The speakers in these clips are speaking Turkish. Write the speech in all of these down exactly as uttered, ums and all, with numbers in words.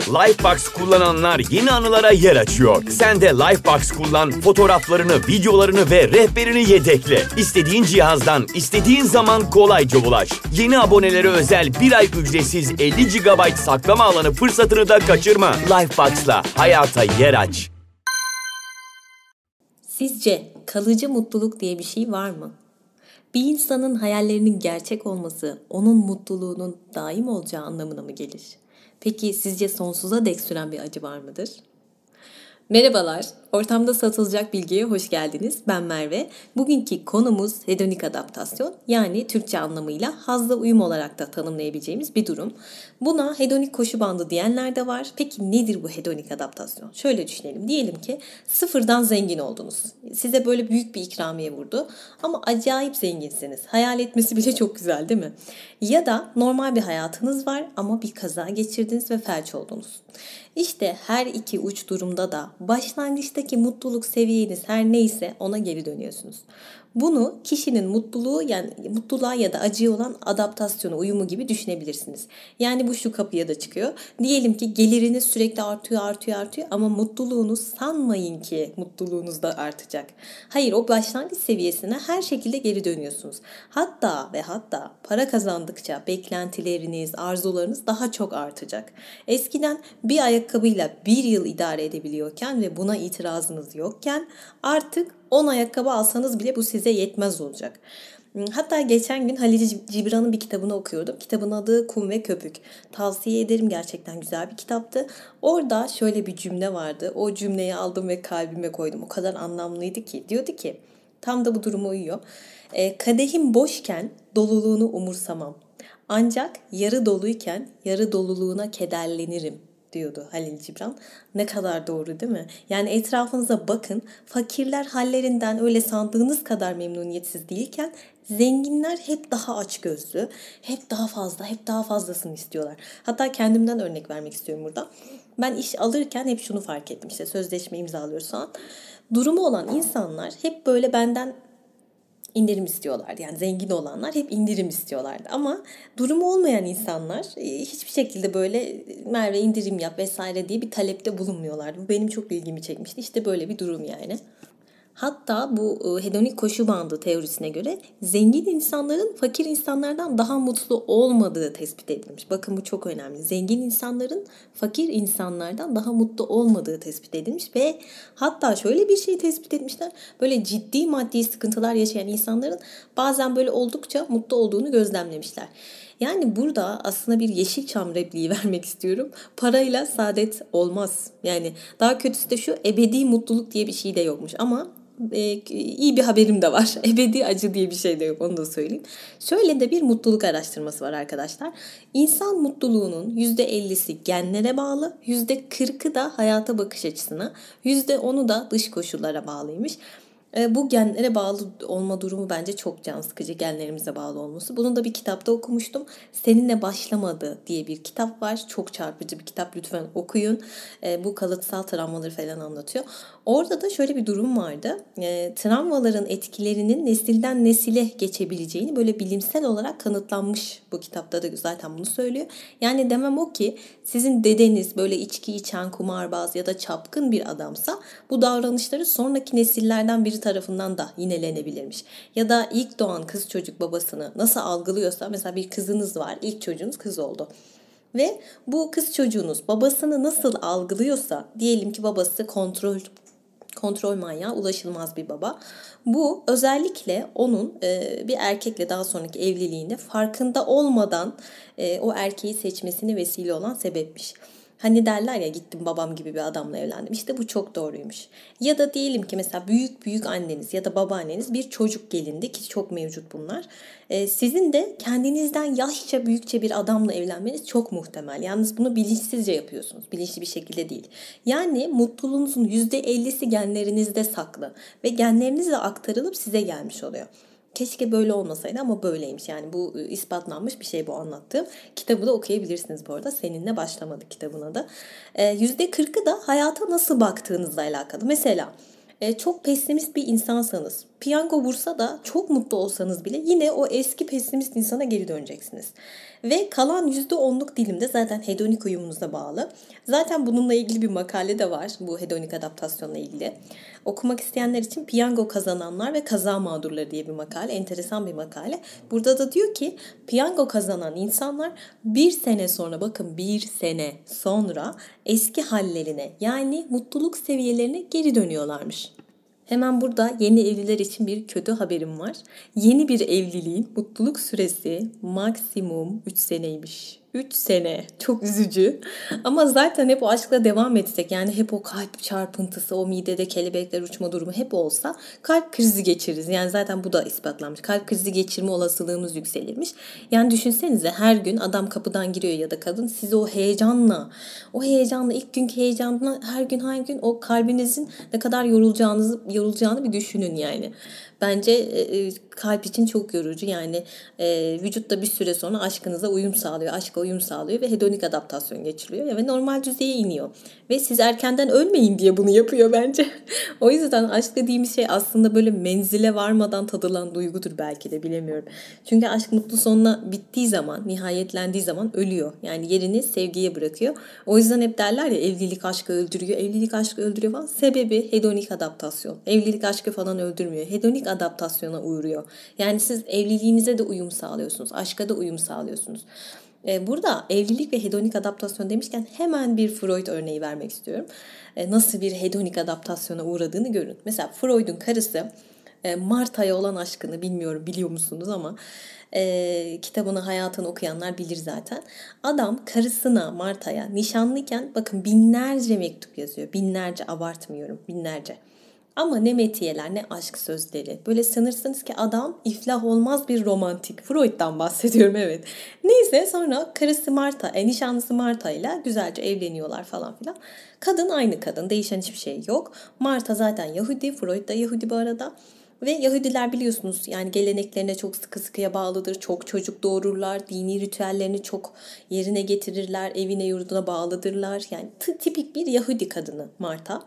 Lifebox kullananlar yeni anılara yer açıyor. Sen de Lifebox kullan, fotoğraflarını, videolarını ve rehberini yedekle. İstediğin cihazdan, istediğin zaman kolayca ulaş. Yeni abonelere özel bir ay ücretsiz elli gigabayt saklama alanı fırsatını da kaçırma. Lifebox'la hayata yer aç. Sizce kalıcı mutluluk diye bir şey var mı? Bir insanın hayallerinin gerçek olması, onun mutluluğunun daim olacağı anlamına mı gelir? Peki sizce sonsuza dek süren bir acı var mıdır? Merhabalar, ortamda satılacak bilgiye hoş geldiniz. Ben Merve. Bugünkü konumuz hedonik adaptasyon, yani Türkçe anlamıyla hazla uyum olarak da tanımlayabileceğimiz bir durum. Buna hedonik koşu bandı diyenler de var. Peki nedir bu hedonik adaptasyon? Şöyle düşünelim. Diyelim ki sıfırdan zengin oldunuz. Size böyle büyük bir ikramiye vurdu ama acayip zenginsiniz. Hayal etmesi bile çok güzel, değil mi? Ya da normal bir hayatınız var ama bir kaza geçirdiniz ve felç oldunuz. İşte her iki uç durumda da başlangıçtaki mutluluk seviyeniz her neyse ona geri dönüyorsunuz. Bunu kişinin mutluluğu yani mutluluğa ya da acıya olan adaptasyonu, uyumu gibi düşünebilirsiniz. Yani bu şu kapıya da çıkıyor. Diyelim ki geliriniz sürekli artıyor, artıyor, artıyor ama mutluluğunuz sanmayın ki mutluluğunuz da artacak. Hayır, o başlangıç seviyesine her şekilde geri dönüyorsunuz. Hatta ve hatta para kazandıkça beklentileriniz, arzularınız daha çok artacak. Eskiden bir ayakkabıyla bir yıl idare edebiliyorken ve buna itirazınız yokken artık on ayakkabı alsanız bile bu size yetmez olacak. Hatta geçen gün Halil Cibran'ın bir kitabını okuyordum. Kitabın adı Kum ve Köpük. Tavsiye ederim, gerçekten güzel bir kitaptı. Orada şöyle bir cümle vardı. O cümleyi aldım ve kalbime koydum. O kadar anlamlıydı ki. Diyordu ki, tam da bu duruma uyuyor. E, kadehim boşken doluluğunu umursamam. Ancak yarı doluyken yarı doluluğuna kederlenirim, diyordu Halil Cibran. Ne kadar doğru, değil mi? Yani etrafınıza bakın. Fakirler hallerinden öyle sandığınız kadar memnuniyetsiz değilken zenginler hep daha açgözlü, hep daha fazla, hep daha fazlasını istiyorlar. Hatta kendimden örnek vermek istiyorum burada. Ben iş alırken hep şunu fark ettim. İşte sözleşme imzalıyoruz falan. Durumu olan insanlar hep böyle benden indirim istiyorlardı. Yani zengin olanlar hep indirim istiyorlardı. Ama durumu olmayan insanlar hiçbir şekilde böyle Merve indirim yap vesaire diye bir talepte bulunmuyorlardı. Bu benim çok ilgimi çekmişti. İşte böyle bir durum yani. Hatta bu hedonik koşu bandı teorisine göre zengin insanların fakir insanlardan daha mutlu olmadığı tespit edilmiş. Bakın bu çok önemli. Zengin insanların fakir insanlardan daha mutlu olmadığı tespit edilmiş ve hatta şöyle bir şey tespit etmişler. Böyle ciddi maddi sıkıntılar yaşayan insanların bazen böyle oldukça mutlu olduğunu gözlemlemişler. Yani burada aslında bir Yeşilçam repliği vermek istiyorum. Parayla saadet olmaz. Yani daha kötüsü de şu, ebedi mutluluk diye bir şey de yokmuş ama e, iyi bir haberim de var. Ebedi acı diye bir şey de yok, onu da söyleyeyim. Şöyle de bir mutluluk araştırması var arkadaşlar. İnsan mutluluğunun yüzde ellisi genlere bağlı, yüzde kırkı da hayata bakış açısına, yüzde onu da dış koşullara bağlıymış. Bu genlere bağlı olma durumu bence çok can sıkıcı, genlerimize bağlı olması. Bunu da bir kitapta okumuştum. Seninle Başlamadı diye bir kitap var. Çok çarpıcı bir kitap, lütfen okuyun. Bu kalıtsal travmaları falan anlatıyor. Orada da şöyle bir durum vardı. Travmaların etkilerinin nesilden nesile geçebileceğini böyle bilimsel olarak kanıtlanmış, bu kitapta da zaten bunu söylüyor. Yani demem o ki sizin dedeniz böyle içki içen, kumarbaz ya da çapkın bir adamsa bu davranışları sonraki nesillerden biri tarafından da yinelenebilirmiş. Ya da ilk doğan kız çocuk babasını nasıl algılıyorsa, mesela bir kızınız var, ilk çocuğunuz kız oldu. Ve bu kız çocuğunuz babasını nasıl algılıyorsa, diyelim ki babası kontrol kontrol manyağı, ulaşılmaz bir baba. Bu özellikle onun e, bir erkekle daha sonraki evliliğinde farkında olmadan e, o erkeği seçmesine vesile olan sebepmiş. Hani derler ya, gittim babam gibi bir adamla evlendim. İşte bu çok doğruymuş. Ya da diyelim ki mesela büyük büyük anneniz ya da babaanneniz bir çocuk gelindi, ki çok mevcut bunlar. Ee, sizin de kendinizden yaşça büyükçe bir adamla evlenmeniz çok muhtemel. Yalnız bunu bilinçsizce yapıyorsunuz. Bilinçli bir şekilde değil. Yani mutluluğunuzun yüzde ellisi genlerinizde saklı ve genlerinizle aktarılıp size gelmiş oluyor. Keşke böyle olmasaydı ama böyleymiş. Yani bu ispatlanmış bir şey, bu anlattığım. Kitabı da okuyabilirsiniz bu arada. Seninle Başlamadı kitabına da. yüzde kırkı da hayata nasıl baktığınızla alakalı. Mesela çok pesimist bir insansanız, piyango vursa da çok mutlu olsanız bile yine o eski pesimist insana geri döneceksiniz. Ve kalan yüzde onluk dilimde zaten hedonik uyumunuza bağlı. Zaten bununla ilgili bir makale de var, bu hedonik adaptasyonla ilgili. Okumak isteyenler için Piyango Kazananlar ve Kaza Mağdurları diye bir makale, enteresan bir makale. Burada da diyor ki piyango kazanan insanlar bir sene sonra, bakın bir sene sonra eski hallerine, yani mutluluk seviyelerine geri dönüyorlarmış. Hemen burada yeni evliler için bir kötü haberim var. Yeni bir evliliğin mutluluk süresi maksimum üç seneymiş. üç sene. Çok üzücü. Ama zaten hep o aşkla devam etsek, yani hep o kalp çarpıntısı, o midede kelebekler uçma durumu hep olsa kalp krizi geçiririz. Yani zaten bu da ispatlanmış. Kalp krizi geçirme olasılığımız yükselirmiş. Yani düşünsenize, her gün adam kapıdan giriyor ya da kadın, sizi o heyecanla, o heyecanla, ilk günkü heyecanla her gün her gün o kalbinizin ne kadar yorulacağınızı yorulacağını bir düşünün yani. Bence e, kalp için çok yorucu. Yani e, vücutta bir süre sonra aşkınıza uyum sağlıyor. Aşka uyum sağlıyor ve hedonik adaptasyon geçiriliyor. Ve normal düzeye iniyor. Ve siz erkenden ölmeyin diye bunu yapıyor bence. O yüzden aşk dediğimiz şey aslında böyle menzile varmadan tadılan duygudur belki de, bilemiyorum. Çünkü aşk mutlu sonuna bittiği zaman, nihayetlendiği zaman ölüyor. Yani yerini sevgiye bırakıyor. O yüzden hep derler ya, evlilik aşkı öldürüyor, evlilik aşkı öldürüyor falan. Sebebi hedonik adaptasyon. Evlilik aşkı falan öldürmüyor. Hedonik adaptasyona uğruyor. Yani siz evliliğinize de uyum sağlıyorsunuz. Aşka da uyum sağlıyorsunuz. Burada evlilik ve hedonik adaptasyon demişken hemen bir Freud örneği vermek istiyorum. Nasıl bir hedonik adaptasyona uğradığını görün. Mesela Freud'un karısı Marta'ya olan aşkını, bilmiyorum biliyor musunuz ama e, kitabını, hayatını okuyanlar bilir zaten. Adam karısına, Marta'ya nişanlıyken bakın binlerce mektup yazıyor. Binlerce, abartmıyorum, binlerce. Ama ne metiyeler, ne aşk sözleri. Böyle sanırsınız ki adam iflah olmaz bir romantik. Freud'dan bahsediyorum, evet. Neyse, sonra karısı Marta, e, nişanlısı Marta ile güzelce evleniyorlar falan filan. Kadın aynı kadın, değişen hiçbir şey yok. Marta zaten Yahudi, Freud da Yahudi bu arada. Ve Yahudiler biliyorsunuz yani geleneklerine çok sıkı sıkıya bağlıdır. Çok çocuk doğururlar. Dini ritüellerini çok yerine getirirler. Evine yurduna bağlıdırlar. Yani t- tipik bir Yahudi kadını Marta.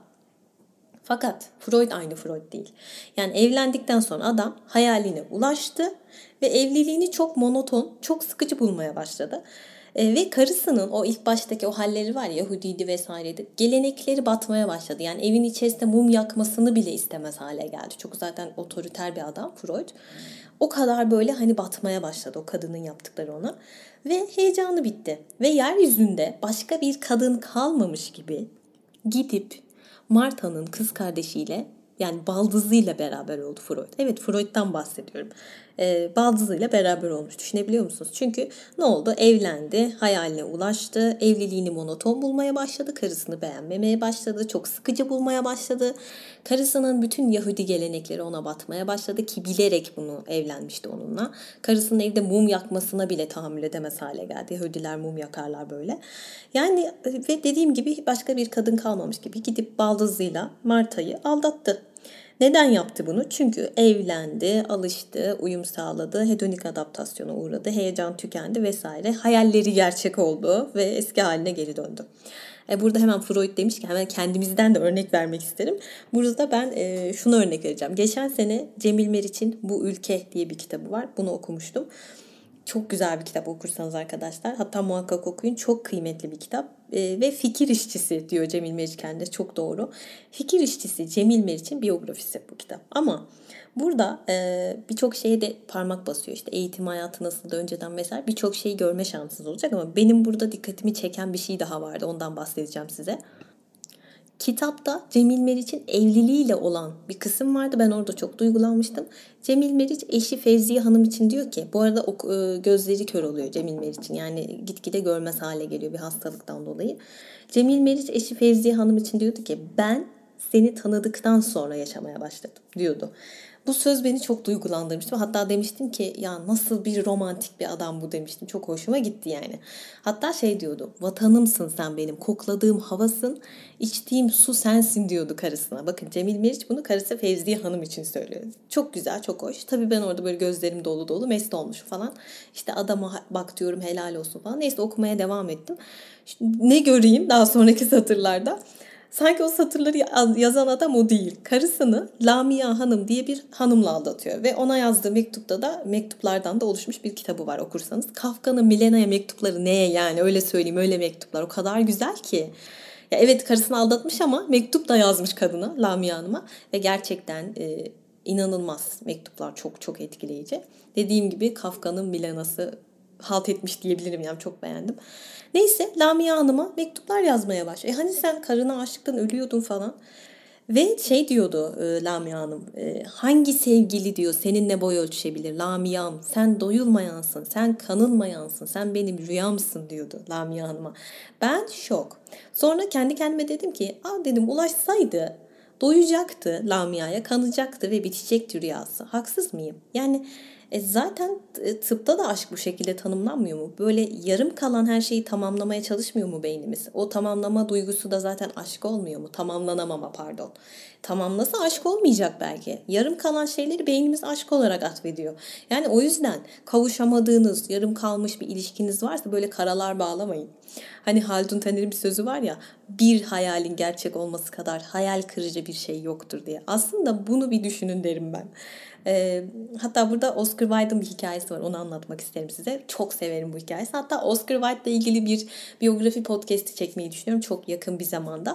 Fakat Freud aynı Freud değil. Yani evlendikten sonra adam hayaline ulaştı ve evliliğini çok monoton, çok sıkıcı bulmaya başladı. E, ve karısının o ilk baştaki o halleri var ya, Yahudiydi vesaireydi. Gelenekleri batmaya başladı. Yani evin içerisinde mum yakmasını bile istemez hale geldi. Çok zaten otoriter bir adam Freud. O kadar böyle hani batmaya başladı o kadının yaptıkları ona. Ve heyecanı bitti. Ve yeryüzünde başka bir kadın kalmamış gibi gidip Marta'nın kız kardeşiyle, yani baldızıyla beraber oldu Freud. Evet, Freud'dan bahsediyorum. Ee, baldızıyla beraber olmuş. Düşünebiliyor musunuz? Çünkü ne oldu? Evlendi, hayaline ulaştı, evliliğini monoton bulmaya başladı, karısını beğenmemeye başladı, çok sıkıcı bulmaya başladı. Karısının bütün Yahudi gelenekleri ona batmaya başladı ki bilerek bunu evlenmişti onunla. Karısının evde mum yakmasına bile tahammül edemez hale geldi. Yahudiler mum yakarlar böyle. Yani ve dediğim gibi başka bir kadın kalmamış gibi gidip baldızıyla Marta'yı aldattı. Neden yaptı bunu? Çünkü evlendi, alıştı, uyum sağladı, hedonik adaptasyona uğradı, heyecan tükendi vesaire. Hayalleri gerçek oldu ve eski haline geri döndü. E burada hemen Freud demişken hemen kendimizden de örnek vermek isterim. Burada ben e, şunu örnek vereceğim. Geçen sene Cemil Meriç'in Bu Ülke diye bir kitabı var. Bunu okumuştum. Çok güzel bir kitap, okursanız arkadaşlar. Hatta muhakkak okuyun. Çok kıymetli bir kitap. E, ve fikir işçisi diyor Cemil Meriç kendine. Çok doğru. Fikir işçisi Cemil Meriç'in biyografisi bu kitap. Ama burada e, birçok şeye de parmak basıyor. İşte eğitim hayatı nasıldı önceden vesaire. Birçok şeyi görme şansınız olacak ama benim burada dikkatimi çeken bir şey daha vardı. Ondan bahsedeceğim size. Kitapta Cemil Meriç'in evliliğiyle olan bir kısım vardı. Ben orada çok duygulanmıştım. Cemil Meriç eşi Fevziye Hanım için diyor ki, bu arada gözleri kör oluyor Cemil Meriç'in. Yani gitgide görmez hale geliyor bir hastalıktan dolayı. Cemil Meriç eşi Fevziye Hanım için diyordu ki, ben seni tanıdıktan sonra yaşamaya başladım diyordu. Bu söz beni çok duygulandırmıştı. Hatta demiştim ki ya nasıl bir romantik bir adam bu demiştim. Çok hoşuma gitti yani. Hatta şey diyordu, vatanımsın sen benim, kokladığım havasın, içtiğim su sensin diyordu karısına. Bakın Cemil Meriç bunu karısı Fevziye Hanım için söylüyor. Çok güzel, çok hoş. Tabii ben orada böyle gözlerim dolu dolu mest olmuş falan. İşte adama bak diyorum, helal olsun falan. Neyse okumaya devam ettim. İşte ne göreyim daha sonraki satırlarda? Sanki o satırları yazan adam o değil. Karısını Lamia Hanım diye bir hanımla aldatıyor. Ve ona yazdığı mektupta da mektuplardan da oluşmuş bir kitabı var okursanız. Kafka'nın Milena'ya mektupları neye yani, öyle söyleyeyim, öyle mektuplar. O kadar güzel ki. Ya evet, karısını aldatmış ama mektup da yazmış kadına, Lamia Hanım'a. Ve gerçekten e, inanılmaz mektuplar, çok çok etkileyici. Dediğim gibi Kafka'nın Milena'sı halt etmiş diyebilirim, yani çok beğendim. Neyse, Lamia Hanım'a mektuplar yazmaya başlıyor. E hani sen karına aşıktan ölüyordun falan. Ve şey diyordu e, Lamia Hanım, e, hangi sevgili diyor seninle boy ölçüşebilir Lamia'm, sen doyulmayansın, sen kanılmayansın, sen benim rüyamsın diyordu Lamia Hanım'a. Ben şok. Sonra kendi kendime dedim ki, aa dedim, ulaşsaydı doyacaktı Lamia'ya, kanacaktı ve bitecekti rüyası. Haksız mıyım? Yani e zaten tıpta da aşk bu şekilde tanımlanmıyor mu? Böyle yarım kalan her şeyi tamamlamaya çalışmıyor mu beynimiz? O tamamlama duygusu da zaten aşk olmuyor mu? Tamamlanamama, pardon. Tamamlasa aşk olmayacak belki. Yarım kalan şeyleri beynimiz aşk olarak atfediyor. Yani o yüzden kavuşamadığınız, yarım kalmış bir ilişkiniz varsa böyle karalar bağlamayın. Hani Haldun Taner'in bir sözü var ya, bir hayalin gerçek olması kadar hayal kırıcı bir şey yoktur diye. Aslında bunu bir düşünün derim ben. E, hatta burada Oscar Wilde'ın bir hikayesi var, onu anlatmak isterim size. Çok severim bu hikayesi. Hatta Oscar Wilde'la ilgili bir biyografi podcast'i çekmeyi düşünüyorum çok yakın bir zamanda.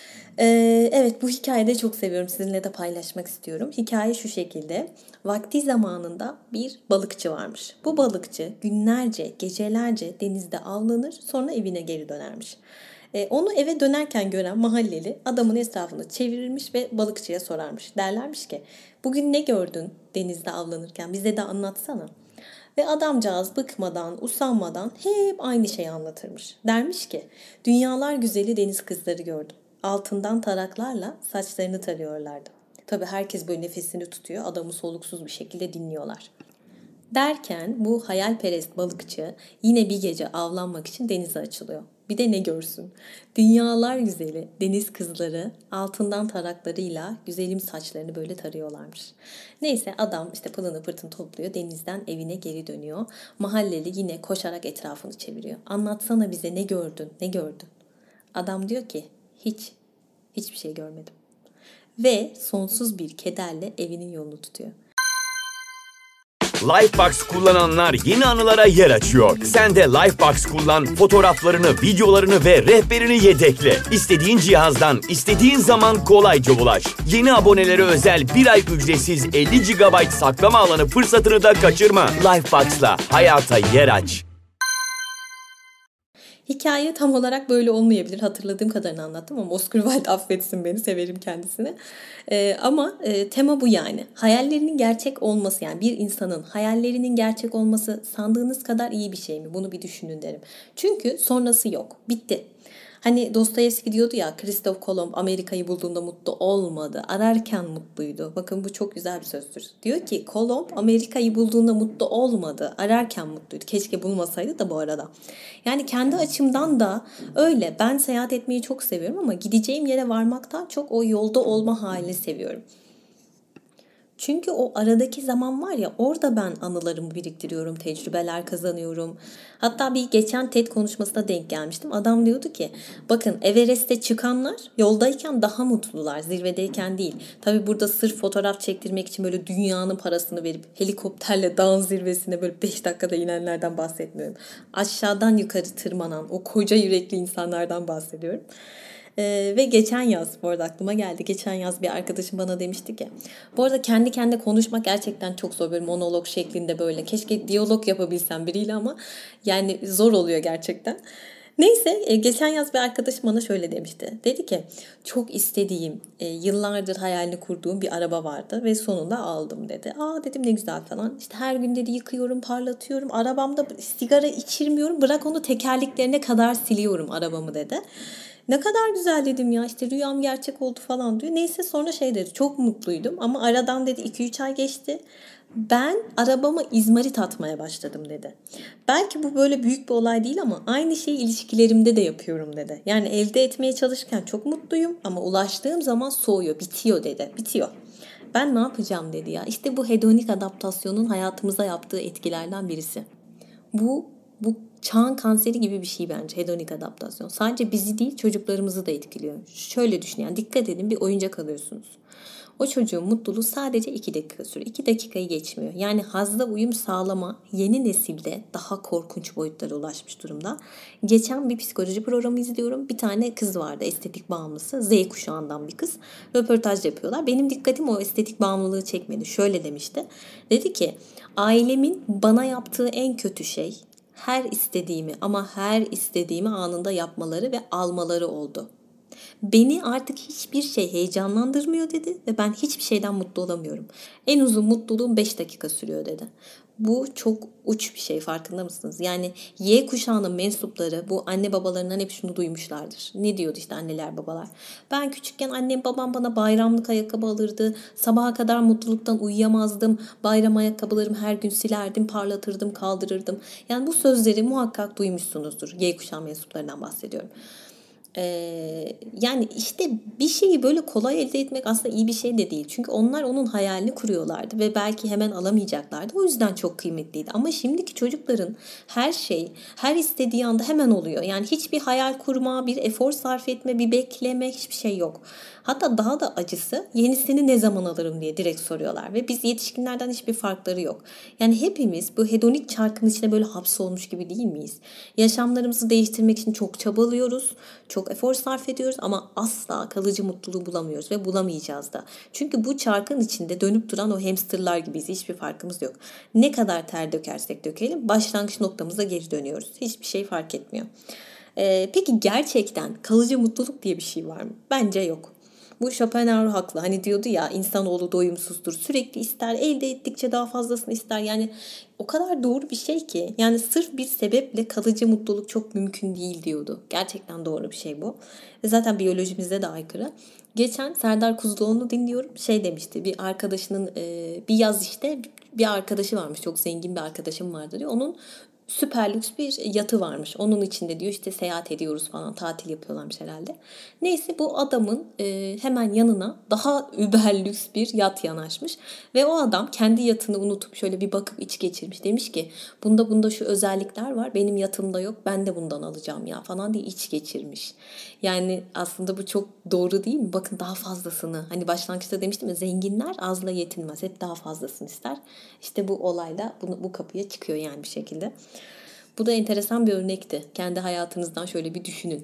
Ee, evet, bu hikayeyi de çok seviyorum, sizinle de paylaşmak istiyorum. Hikaye şu şekilde: vakti zamanında bir balıkçı varmış. Bu balıkçı günlerce, gecelerce denizde avlanır, sonra evine geri dönermiş. Ee, onu eve dönerken gören mahalleli adamın etrafını çevirirmiş ve balıkçıya sorarmış. Derlermiş ki, bugün ne gördün denizde avlanırken, bize de anlatsana. Ve adamcağız bıkmadan, usanmadan hep aynı şeyi anlatırmış. Dermiş ki, dünyalar güzeli deniz kızları gördüm. Altından taraklarla saçlarını tarıyorlardı. Tabii herkes böyle nefesini tutuyor, adamı soluksuz bir şekilde dinliyorlar. Derken bu hayalperest balıkçı yine bir gece avlanmak için denize açılıyor. Bir de ne görsün? Dünyalar güzeli deniz kızları altından taraklarıyla güzelim saçlarını böyle tarıyorlarmış. Neyse, adam işte pılını pırtını topluyor, denizden evine geri dönüyor. Mahalleli yine koşarak etrafını çeviriyor. Anlatsana bize, ne gördün, ne gördün? Adam diyor ki, hiç, hiçbir şey görmedim. Ve sonsuz bir kederle evinin yolunu tutuyor. Lifebox kullananlar yeni anılara yer açıyor. Sen de Lifebox kullan, fotoğraflarını, videolarını ve rehberini yedekle. İstediğin cihazdan, istediğin zaman kolayca ulaş. Yeni abonelere özel bir ay ücretsiz elli gigabayt saklama alanı fırsatını da kaçırma. Lifebox'la hayata yer aç. Hikaye tam olarak böyle olmayabilir. Hatırladığım kadarını anlattım ama Oscar Wilde affetsin beni, severim kendisini. Ee, ama e, tema bu yani. Hayallerinin gerçek olması, yani bir insanın hayallerinin gerçek olması sandığınız kadar iyi bir şey mi? Bunu bir düşünün derim. Çünkü sonrası yok. Bitti. Hani Dostoyevski diyordu ya, Christoph Kolomb Amerika'yı bulduğunda mutlu olmadı, ararken mutluydu. Bakın bu çok güzel bir sözdür. Diyor ki Kolomb Amerika'yı bulduğunda mutlu olmadı, ararken mutluydu. Keşke bulmasaydı da bu arada. Yani kendi açımdan da öyle. Ben seyahat etmeyi çok seviyorum ama gideceğim yere varmaktan çok o yolda olma halini seviyorum. Çünkü o aradaki zaman var ya, orada ben anılarımı biriktiriyorum, tecrübeler kazanıyorum. Hatta bir geçen TED konuşmasına denk gelmiştim. Adam diyordu ki, bakın Everest'e çıkanlar yoldayken daha mutlular, zirvedeyken değil. Tabii burada sırf fotoğraf çektirmek için böyle dünyanın parasını verip helikopterle dağın zirvesine böyle beş dakikada inenlerden bahsetmiyorum. Aşağıdan yukarı tırmanan o koca yürekli insanlardan bahsediyorum. Ee, ve geçen yaz, bu arada aklıma geldi. Geçen yaz bir arkadaşım bana demişti ki, bu arada kendi kendine konuşmak gerçekten çok zor, böyle monolog şeklinde böyle. Keşke diyalog yapabilsem biriyle ama yani zor oluyor gerçekten. Neyse, e, geçen yaz bir arkadaşım bana şöyle demişti. Dedi ki, çok istediğim, e, yıllardır hayalini kurduğum bir araba vardı ve sonunda aldım dedi. Aa dedim, ne güzel falan. İşte her gün dedi yıkıyorum, parlatıyorum. Arabamda sigara içirmiyorum. Bırak onu, tekerleklerine kadar siliyorum arabamı dedi. Ne kadar güzel dedim ya, işte rüyam gerçek oldu falan diyor. Neyse, sonra şey dedi, çok mutluydum ama aradan dedi iki üç ay geçti. Ben arabama izmarit atmaya başladım dedi. Belki bu böyle büyük bir olay değil ama aynı şeyi ilişkilerimde de yapıyorum dedi. Yani elde etmeye çalışırken çok mutluyum ama ulaştığım zaman soğuyor, bitiyor dedi. Bitiyor. Ben ne yapacağım dedi ya. İşte bu hedonik adaptasyonun hayatımıza yaptığı etkilerden birisi. Bu Bu çağın kanseri gibi bir şey bence hedonik adaptasyon. Sadece bizi değil çocuklarımızı da etkiliyor. Şöyle düşün, yani dikkat edin, bir oyuncak alıyorsunuz. O çocuğun mutluluğu sadece iki dakika sürüyor. iki dakikayı geçmiyor. Yani hazla uyum sağlama yeni nesilde daha korkunç boyutlara ulaşmış durumda. Geçen bir psikoloji programı izliyorum. Bir tane kız vardı, estetik bağımlısı. Z kuşağından bir kız. Röportaj yapıyorlar. Benim dikkatim o estetik bağımlılığı çekmedi. Şöyle demişti. Dedi ki ailemin bana yaptığı en kötü şey her istediğimi ama her istediğimi anında yapmaları ve almaları oldu. Beni artık hiçbir şey heyecanlandırmıyor dedi ve ben hiçbir şeyden mutlu olamıyorum. En uzun mutluluğum beş dakika sürüyor dedi. Bu çok uç bir şey, farkında mısınız? Yani Y kuşağının mensupları bu anne babalarından hep şunu duymuşlardır. Ne diyordu işte anneler babalar? Ben küçükken annem babam bana bayramlık ayakkabı alırdı. Sabaha kadar mutluluktan uyuyamazdım. Bayram ayakkabılarımı her gün silerdim, parlatırdım, kaldırırdım. Yani bu sözleri muhakkak duymuşsunuzdur. Y kuşağı mensuplarından bahsediyorum. Ee, yani işte bir şeyi böyle kolay elde etmek aslında iyi bir şey de değil. Çünkü onlar onun hayalini kuruyorlardı ve belki hemen alamayacaklardı. O yüzden çok kıymetliydi. Ama şimdiki çocukların her şey, her istediği anda hemen oluyor. Yani hiçbir hayal kurma, bir efor sarf etme, bir bekleme, hiçbir şey yok. Hatta daha da acısı, yenisini ne zaman alırım diye direkt soruyorlar. Ve biz yetişkinlerden hiçbir farkları yok. Yani hepimiz bu hedonik çarkın içine böyle hapsolmuş gibi değil miyiz? Yaşamlarımızı değiştirmek için çok çabalıyoruz. Çok efor sarf ediyoruz ama asla kalıcı mutluluğu bulamıyoruz ve bulamayacağız da. Çünkü bu çarkın içinde dönüp duran o hamsterlar gibiyiz. Hiçbir farkımız yok. Ne kadar ter dökersek dökelim başlangıç noktamıza geri dönüyoruz. Hiçbir şey fark etmiyor. Ee, peki gerçekten kalıcı mutluluk diye bir şey var mı? Bence yok. Bu Schopenhauer haklı. Hani diyordu ya, insanoğlu doyumsuzdur. Sürekli ister, elde ettikçe daha fazlasını ister. Yani o kadar doğru bir şey ki. Yani sırf bir sebeple kalıcı mutluluk çok mümkün değil diyordu. Gerçekten doğru bir şey bu. Ve zaten biyolojimizde de aykırı. Geçen Serdar Kuzuloğlu'nu dinliyorum. Şey demişti, bir arkadaşının e, bir yaz işte bir arkadaşı varmış. Çok zengin bir arkadaşım vardı diyor. Onun süper lüks bir yatı varmış. Onun içinde diyor işte seyahat ediyoruz falan, tatil yapıyorlarmış herhalde. Neyse bu adamın e, hemen yanına daha über lüks bir yat yanaşmış. Ve o adam kendi yatını unutup şöyle bir bakıp iç geçirmiş. Demiş ki bunda bunda şu özellikler var, benim yatımda yok, ben de bundan alacağım ya falan diye iç geçirmiş. Yani aslında bu çok doğru değil mi? Bakın daha fazlasını, hani başlangıçta demiştim ya, zenginler azla yetinmez, hep daha fazlasını ister. İşte bu olayla bunu, bu kapıya çıkıyor yani bir şekilde. Bu da enteresan bir örnekti. Kendi hayatınızdan şöyle bir düşünün.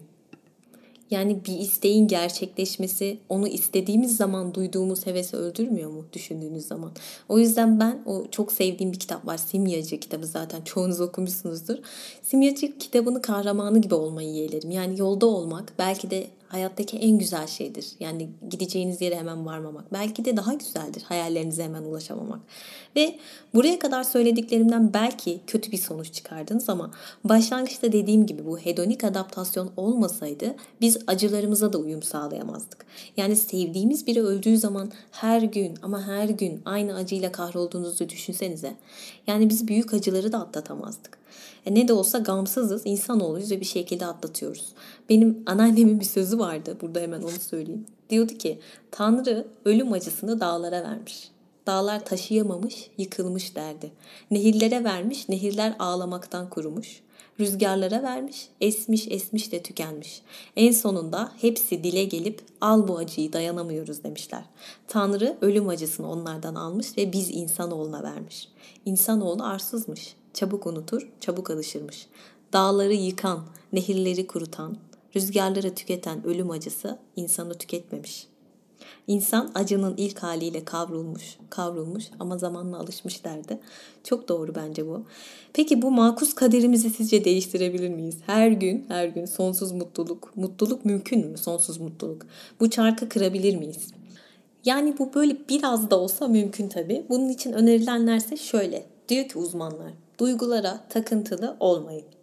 Yani bir isteğin gerçekleşmesi onu istediğimiz zaman duyduğumuz hevesi öldürmüyor mu düşündüğünüz zaman? O yüzden ben o çok sevdiğim bir kitap var. Simyacı kitabı, zaten çoğunuz okumuşsunuzdur. Simyacı kitabını kahramanı gibi olmayı yeğlerim. Yani yolda olmak belki de hayattaki en güzel şeydir. Yani gideceğiniz yere hemen varmamak. Belki de daha güzeldir hayallerinize hemen ulaşamamak. Ve buraya kadar söylediklerimden belki kötü bir sonuç çıkardınız ama başlangıçta dediğim gibi bu hedonik adaptasyon olmasaydı biz acılarımıza da uyum sağlayamazdık. Yani sevdiğimiz biri öldüğü zaman her gün ama her gün aynı acıyla kahrolduğunuzu düşünsenize. Yani biz büyük acıları da atlatamazdık. E ne de olsa gamsızız, insanoğluyuz ve bir şekilde atlatıyoruz. Benim anneannemin bir sözü vardı, burada hemen onu söyleyeyim. Diyordu ki Tanrı ölüm acısını dağlara vermiş. Dağlar taşıyamamış, yıkılmış derdi. Nehirlere vermiş, nehirler ağlamaktan kurumuş. Rüzgarlara vermiş, esmiş esmiş de tükenmiş. En sonunda hepsi dile gelip al bu acıyı, dayanamıyoruz demişler. Tanrı ölüm acısını onlardan almış ve biz insanoğluna vermiş. İnsanoğlu arsızmış, çabuk unutur, çabuk alışırmış. Dağları yıkan, nehirleri kurutan, rüzgarları tüketen ölüm acısı insanı tüketmemiş. İnsan acının ilk haliyle kavrulmuş, kavrulmuş ama zamanla alışmış derdi. Çok doğru bence bu. Peki bu makus kaderimizi sizce değiştirebilir miyiz? Her gün, her gün sonsuz mutluluk. Mutluluk mümkün mü? Sonsuz mutluluk. Bu çarkı kırabilir miyiz? Yani bu böyle biraz da olsa mümkün tabii. Bunun için önerilenlerse şöyle. Diyor ki uzmanlar, duygulara takıntılı olmayın.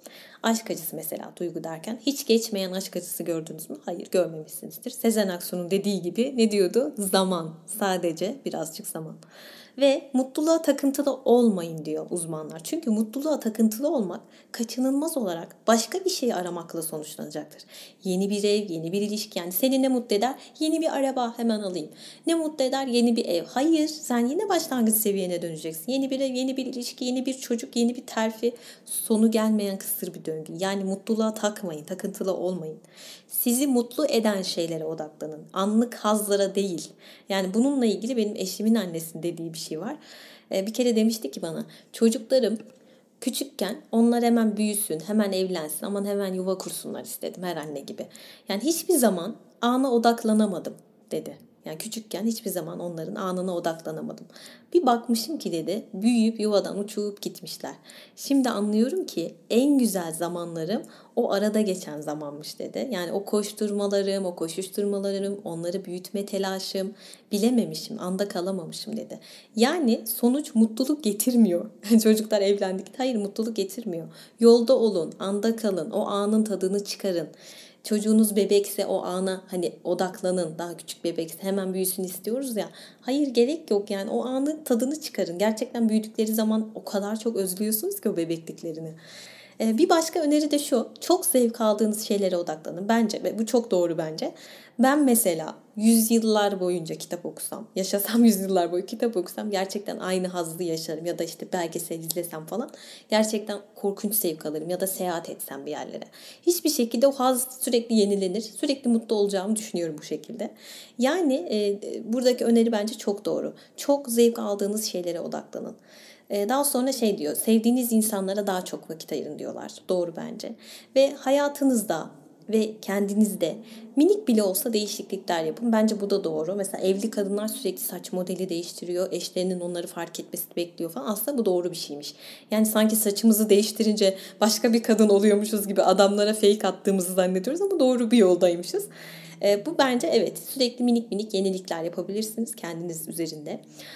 Aşk acısı mesela duygu derken. Hiç geçmeyen aşk acısı gördünüz mü? Hayır, görmemişsinizdir. Sezen Aksu'nun dediği gibi ne diyordu? Zaman. Sadece birazcık zaman. Ve mutluluğa takıntılı olmayın diyor uzmanlar. Çünkü mutluluğa takıntılı olmak kaçınılmaz olarak başka bir şeyi aramakla sonuçlanacaktır. Yeni bir ev, yeni bir ilişki. Yani seni ne mutlu eder? Yeni bir araba hemen alayım. Ne mutlu eder? Yeni bir ev. Hayır, sen yine başlangıç seviyene döneceksin. Yeni bir ev, yeni bir ilişki, yeni bir çocuk, yeni bir terfi. Sonu gelmeyen kısır bir döngü. Yani mutluluğa takmayın, takıntılı olmayın. Sizi mutlu eden şeylere odaklanın. Anlık hazlara değil. Yani bununla ilgili benim eşimin annesinin dediği bir şey var. Bir kere demişti ki bana, çocuklarım küçükken onlar hemen büyüsün, hemen evlensin, aman hemen yuva kursunlar istedim her anne gibi. Yani hiçbir zaman ana odaklanamadım dedi. Yani küçükken hiçbir zaman onların anına odaklanamadım. Bir bakmışım ki dedi, büyüyüp yuvadan uçup gitmişler. Şimdi anlıyorum ki en güzel zamanlarım o arada geçen zamanmış dedi. Yani o koşturmalarım, o koşuşturmalarım, onları büyütme telaşım, bilememişim, anda kalamamışım dedi. Yani sonuç mutluluk getirmiyor. Çocuklar evlendik. Hayır, mutluluk getirmiyor. Yolda olun, anda kalın, o anın tadını çıkarın. Çocuğunuz bebekse o ana hani odaklanın. Daha küçük bebekse hemen büyüsün istiyoruz ya. Hayır, gerek yok yani, o anın tadını çıkarın. Gerçekten büyüdükleri zaman o kadar çok özlüyorsunuz ki o bebekliklerini. Ee, bir başka öneri de şu. Çok zevk aldığınız şeylere odaklanın. Bence ve bu çok doğru bence. Ben mesela yüzyıllar boyunca kitap okusam, yaşasam yüzyıllar boyu kitap okusam gerçekten aynı hazzı yaşarım. Ya da işte belgesel izlesem falan gerçekten korkunç zevk alırım. Ya da seyahat etsem bir yerlere. Hiçbir şekilde o haz sürekli yenilenir. Sürekli mutlu olacağımı düşünüyorum bu şekilde. Yani e, buradaki öneri bence çok doğru. Çok zevk aldığınız şeylere odaklanın. Daha sonra şey diyor, sevdiğiniz insanlara daha çok vakit ayırın diyorlar. Doğru bence. Ve hayatınızda ve kendinizde minik bile olsa değişiklikler yapın. Bence bu da doğru. Mesela evli kadınlar sürekli saç modeli değiştiriyor. Eşlerinin onları fark etmesini bekliyor falan. Aslında bu doğru bir şeymiş. Yani sanki saçımızı değiştirince başka bir kadın oluyormuşuz gibi adamlara fake attığımızı zannediyoruz ama doğru bir yoldaymışız. E, bu bence evet, sürekli minik minik yenilikler yapabilirsiniz kendiniz üzerinde.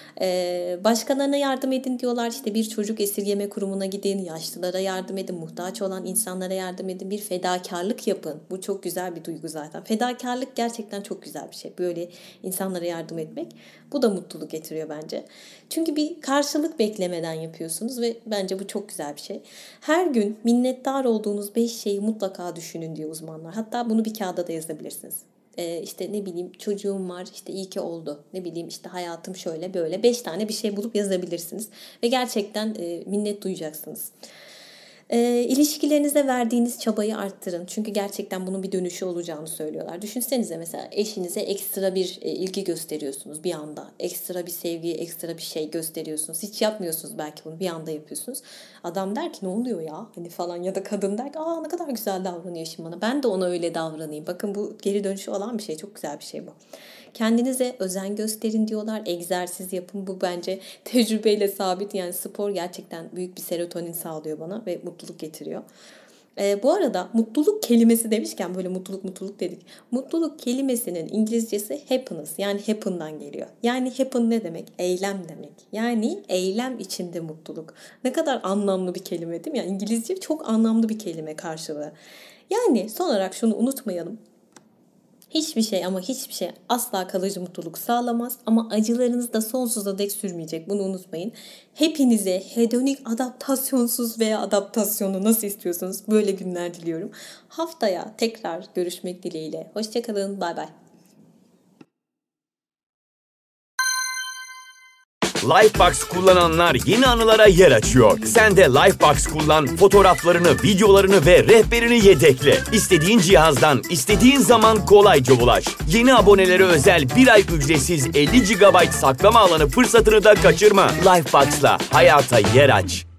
E, başkalarına yardım edin diyorlar. İşte bir çocuk esirgeme kurumuna gidin, yaşlılara yardım edin, muhtaç olan insanlara yardım edin, bir fedakarlık yapın. Bu çok güzel bir duygu zaten. Fedakarlık gerçekten çok güzel bir şey. Böyle insanlara yardım etmek. Bu da mutluluk getiriyor bence. Çünkü bir karşılık beklemeden yapıyorsunuz ve bence bu çok güzel bir şey. Her gün minnettar olduğunuz beş şeyi mutlaka düşünün diyor uzmanlar. Hatta bunu bir kağıda da yazabilirsiniz. Ee, işte ne bileyim çocuğum var, işte iyi ki oldu, ne bileyim işte hayatım şöyle böyle, beş tane bir şey bulup yazabilirsiniz ve gerçekten e, minnet duyacaksınız. E, ilişkilerinize verdiğiniz çabayı arttırın çünkü gerçekten bunun bir dönüşü olacağını söylüyorlar. Düşünsenize, mesela eşinize ekstra bir e, ilgi gösteriyorsunuz bir anda, ekstra bir sevgi, ekstra bir şey gösteriyorsunuz, hiç yapmıyorsunuz belki bunu, bir anda yapıyorsunuz. Adam der ki ne oluyor ya hani falan, ya da kadın der ki aa ne kadar güzel davranıyor şimdi bana, ben de ona öyle davranayım. Bakın, bu geri dönüşü olan bir şey, çok güzel bir şey bu. Kendinize özen gösterin diyorlar. Egzersiz yapın. Bu bence tecrübeyle sabit. Yani spor gerçekten büyük bir serotonin sağlıyor bana ve mutluluk getiriyor. Ee, bu arada mutluluk kelimesi demişken, böyle mutluluk mutluluk dedik. Mutluluk kelimesinin İngilizcesi happiness, yani happen'dan geliyor. Yani happen ne demek? Eylem demek. Yani eylem içinde mutluluk. Ne kadar anlamlı bir kelime değil mi? Yani İngilizce çok anlamlı bir kelime karşılığı. Yani son olarak şunu unutmayalım. Hiçbir şey ama hiçbir şey asla kalıcı mutluluk sağlamaz ama acılarınız da sonsuza dek sürmeyecek. Bunu unutmayın. Hepinize hedonik, adaptasyonsuz veya adaptasyonu nasıl istiyorsanız böyle günler diliyorum. Haftaya tekrar görüşmek dileğiyle. Hoşçakalın. Bay bay. Lifebox kullananlar yeni anılara yer açıyor. Sen de Lifebox kullan, fotoğraflarını, videolarını ve rehberini yedekle. İstediğin cihazdan, istediğin zaman kolayca ulaş. Yeni abonelere özel bir ay ücretsiz elli gigabayt saklama alanı fırsatını da kaçırma. Lifebox'la hayata yer aç.